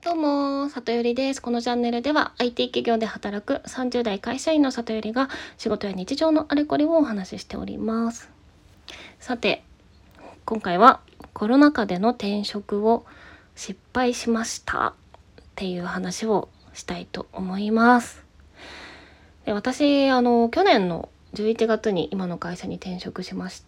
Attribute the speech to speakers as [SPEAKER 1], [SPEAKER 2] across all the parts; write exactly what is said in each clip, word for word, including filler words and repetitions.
[SPEAKER 1] どうも、里よりです。このチャンネルでは アイティー 企業で働くさんじゅう代会社員の里よりが仕事や日常のあれこれをお話ししております。さて、今回はコロナ禍での転職を失敗しましたっていう話をしたいと思います。で、私、あの、去年のじゅういちがつに今の会社に転職しまして、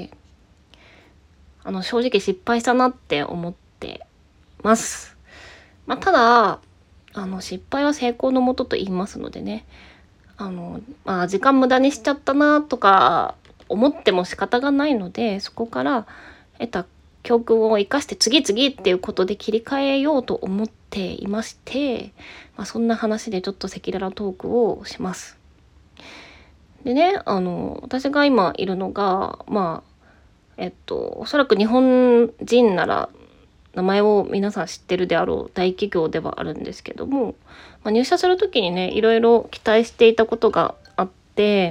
[SPEAKER 1] あの、正直失敗したなって思ってます。まあ、ただ、あの、失敗は成功のもとと言いますのでね、あの、まあ、時間無駄にしちゃったなとか思っても仕方がないので、そこから得た教訓を生かして次々っていうことで切り替えようと思っていまして、まあ、そんな話でちょっと赤裸々トークをします。でね、あの、私が今いるのが、まあ、えっと、おそらく日本人なら名前を皆さん知ってるであろう大企業ではあるんですけども、まあ、入社する時にねいろいろ期待していたことがあって、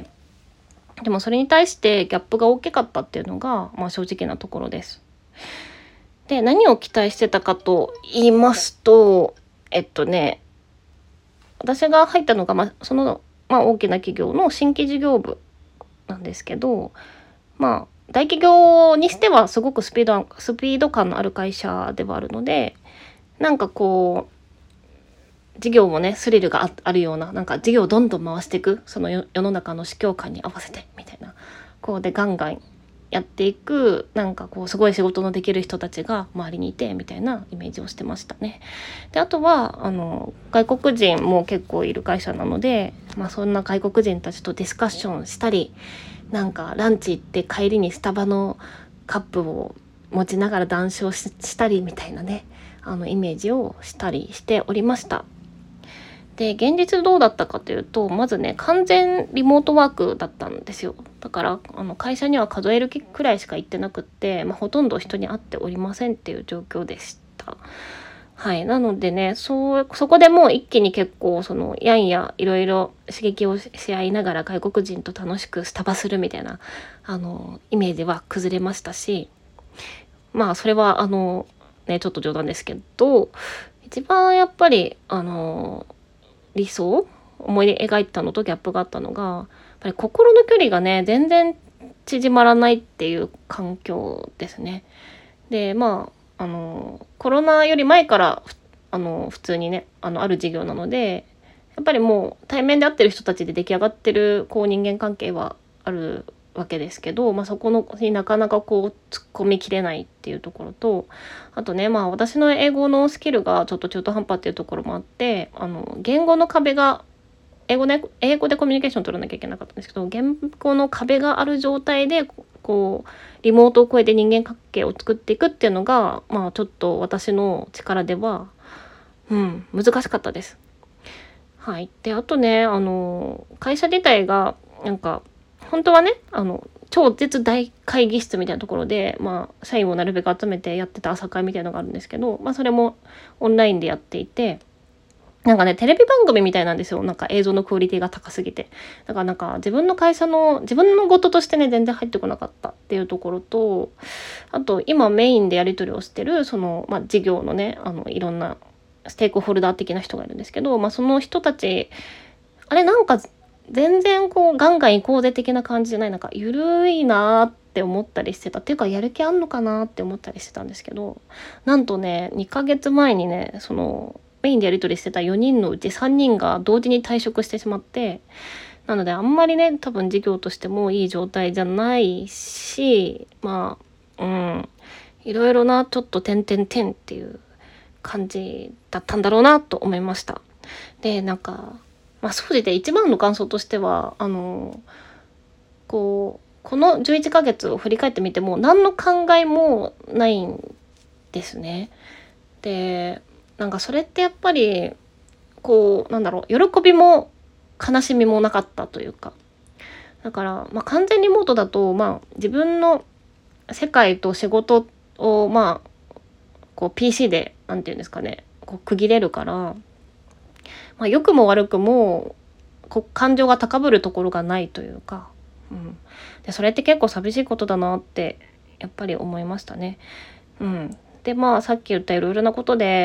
[SPEAKER 1] でもそれに対してギャップが大きかったっていうのが、まあ、正直なところです。で、何を期待してたかと言いますと、えっとね私が入ったのが、まあ、その、まあ、大きな企業の新規事業部なんですけど、まあ大企業にしてはすごくスピードスピード感のある会社ではあるので、なんかこう事業もねスリルが あ, あるような、なんか事業をどんどん回していく、その世の中の市況感に合わせてみたいな、こうでガンガンやっていく、なんかこうすごい仕事のできる人たちが周りにいてみたいなイメージをしてましたね。で、あとはあの外国人も結構いる会社なので、まあ、そんな外国人たちとディスカッションしたり、なんかランチ行って帰りにスタバのカップを持ちながら談笑 し, したりみたいなね、あのイメージをしたりしておりました。で、現実どうだったかというと、まずね完全リモートワークだったんですよ。だからあの会社には数えるくらいしか行ってなくって、まあ、ほとんど人に会っておりませんっていう状況でした。はい、なのでね、そそこでもう一気に結構そのやんやいろいろ刺激をし合いながら外国人と楽しくスタバするみたいなあのイメージは崩れましたし、まあそれはあのねちょっと冗談ですけど、一番やっぱりあの理想思い描いたのとギャップがあったのが、やっぱり心の距離がね全然縮まらないっていう環境ですね。で、まああのコロナより前からあの普通にね あのある事業なので、やっぱりもう対面で会ってる人たちで出来上がってるこう人間関係はあるわけですけど、まあ、そこのになかなかこう突っ込みきれないっていうところと、あとね、まあ私の英語のスキルがちょっと中途半端っていうところもあって、あの言語の壁が英語ね英語でコミュニケーション取らなきゃいけなかったんですけど、言語の壁がある状態でこうリモートを超えて人間関係を作っていくっていうのが、まあちょっと私の力ではうん難しかったです。はい。で、あとね、あの会社自体がなんか本当はね、あの超絶大会議室みたいなところで、まあ社員をなるべく集めてやってた朝会みたいなのがあるんですけど、まあそれもオンラインでやっていて、なんかねテレビ番組みたいなんですよ。なんか映像のクオリティが高すぎて、だからなんか自分の会社の自分のこととしてね全然入ってこなかったっていうところと、あと今メインでやり取りをしてるその、まあ、事業のねあのいろんなステークホルダー的な人がいるんですけど、まあ、その人たちあれなんか全然こうガンガン行こうぜ的な感じじゃない、なんかゆるいなーって思ったりしてたっていうか、やる気あんのかなって思ったりしてたんですけど、なんとねにかげつまえにねそのメインでやり取りしてたよにんのうちさんにんが同時に退職してしまって、なのであんまりね多分事業としてもいい状態じゃないし、まあうんいろいろなちょっと点々点っていう感じだったんだろうなと思いました。で、なんかまあ総じて一番の感想としては、あのこうこのじゅういっかげつを振り返ってみても何の考えもないんですね。で、なんかそれってやっぱりこうなんだろう、喜びも悲しみもなかったというか、だから、まあ、完全リモートだと、まあ、自分の世界と仕事をまあこう ピーシー でなんていうんですかねこう区切れるから、まあ、良くも悪くもこう感情が高ぶるところがないというか、うん、でそれって結構寂しいことだなってやっぱり思いましたね。うん、でまあさっき言ったいろいろなことで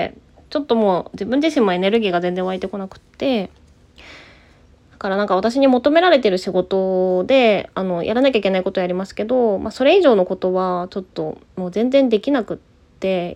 [SPEAKER 1] ちょっともう自分自身もエネルギーが全然湧いてこなくって、だからなんか私に求められてる仕事であのやらなきゃいけないことやりますけど、まあ、それ以上のことはちょっともう全然できなくって、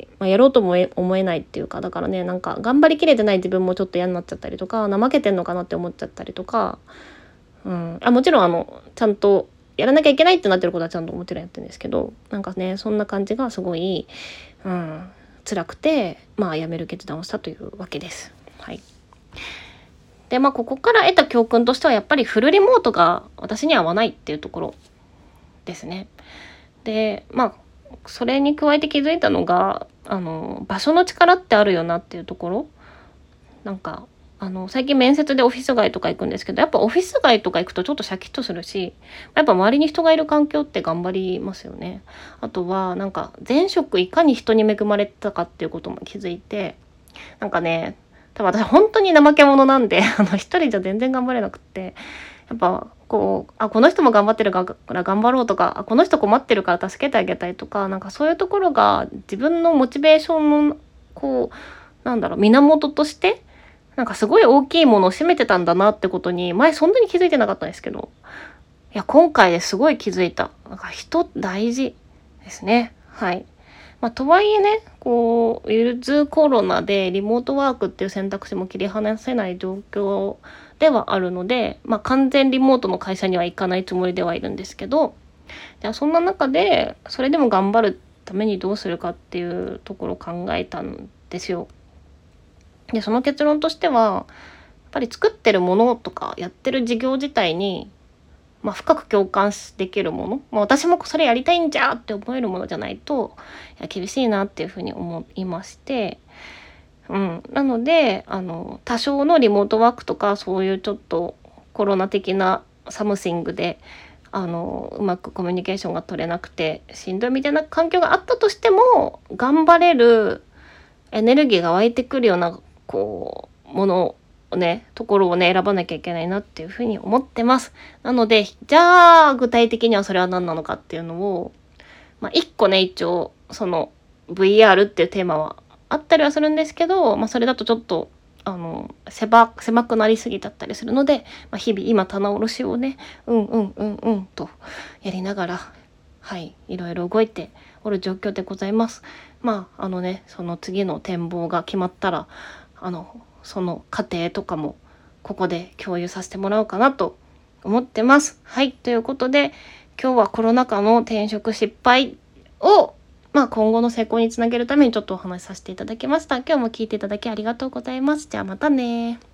[SPEAKER 1] まあ、やろうとも思えないっていうか、だからね、なんか頑張りきれてない自分もちょっと嫌になっちゃったりとか、怠けてんのかなって思っちゃったりとか、うん、あもちろんあのちゃんとやらなきゃいけないってなってることはちゃんともちろんやってるんですけど、なんかねそんな感じがすごい、うん、辛くて、まあ辞める決断をしたというわけです。はい。でまあここから得た教訓としてはやっぱりフルリモートが私には合わないっていうところですね。でまあそれに加えて気づいたのがあの場所の力ってあるよなっていうところ。なんかあの最近面接でオフィス街とか行くんですけど、やっぱオフィス街とか行くとちょっとシャキッとするし、やっぱ周りに人がいる環境って頑張りますよね。あとはなんか前職いかに人に恵まれてたかっていうことも気づいて、なんかね多分私本当に怠け者なんであの一人じゃ全然頑張れなくって、やっぱこうあこの人も頑張ってるから頑張ろうとか、あこの人困ってるから助けてあげたいとか、なんかそういうところが自分のモチベーションのこうなんだろう源としてなんかすごい大きいものを占めてたんだなってことに前そんなに気づいてなかったんですけど、いや今回ですごい気づいた。なんか人大事ですね。はい。まあ、とはいえね、こう、ウィズコロナでリモートワークっていう選択肢も切り離せない状況ではあるので、まあ、完全リモートの会社には行かないつもりではいるんですけど、じゃあそんな中で、それでも頑張るためにどうするかっていうところを考えたんですよ。で、その結論としては、やっぱり作ってるものとかやってる事業自体にまあ、深く共感できるもの、まあ、私もそれやりたいんじゃって思えるものじゃないといや厳しいなっていうふうに思いまして、うん、なのであの多少のリモートワークとかそういうちょっとコロナ的なサムシングであのうまくコミュニケーションが取れなくてしんどいみたいな環境があったとしても頑張れるエネルギーが湧いてくるようなこうものね、ところをね選ばなきゃいけないなっていうふうに思ってます。なのでじゃあ具体的にはそれは何なのかっていうのを、まあ、いっこね一応その ブイアール っていうテーマはあったりはするんですけど、まあ、それだとちょっとあの狭狭くなりすぎだったりするので、まあ、日々今棚卸しをねうんうんうんうんとやりながらはいいろいろ動いておる状況でございます。まああのねその次の展望が決まったらあのその過程とかもここで共有させてもらおうかなと思ってます。はい、ということで今日はコロナ禍の転職失敗を、まあ、今後の成功につなげるためにちょっとお話しさせていただきました。今日も聞いていただきありがとうございます。じゃあまたね。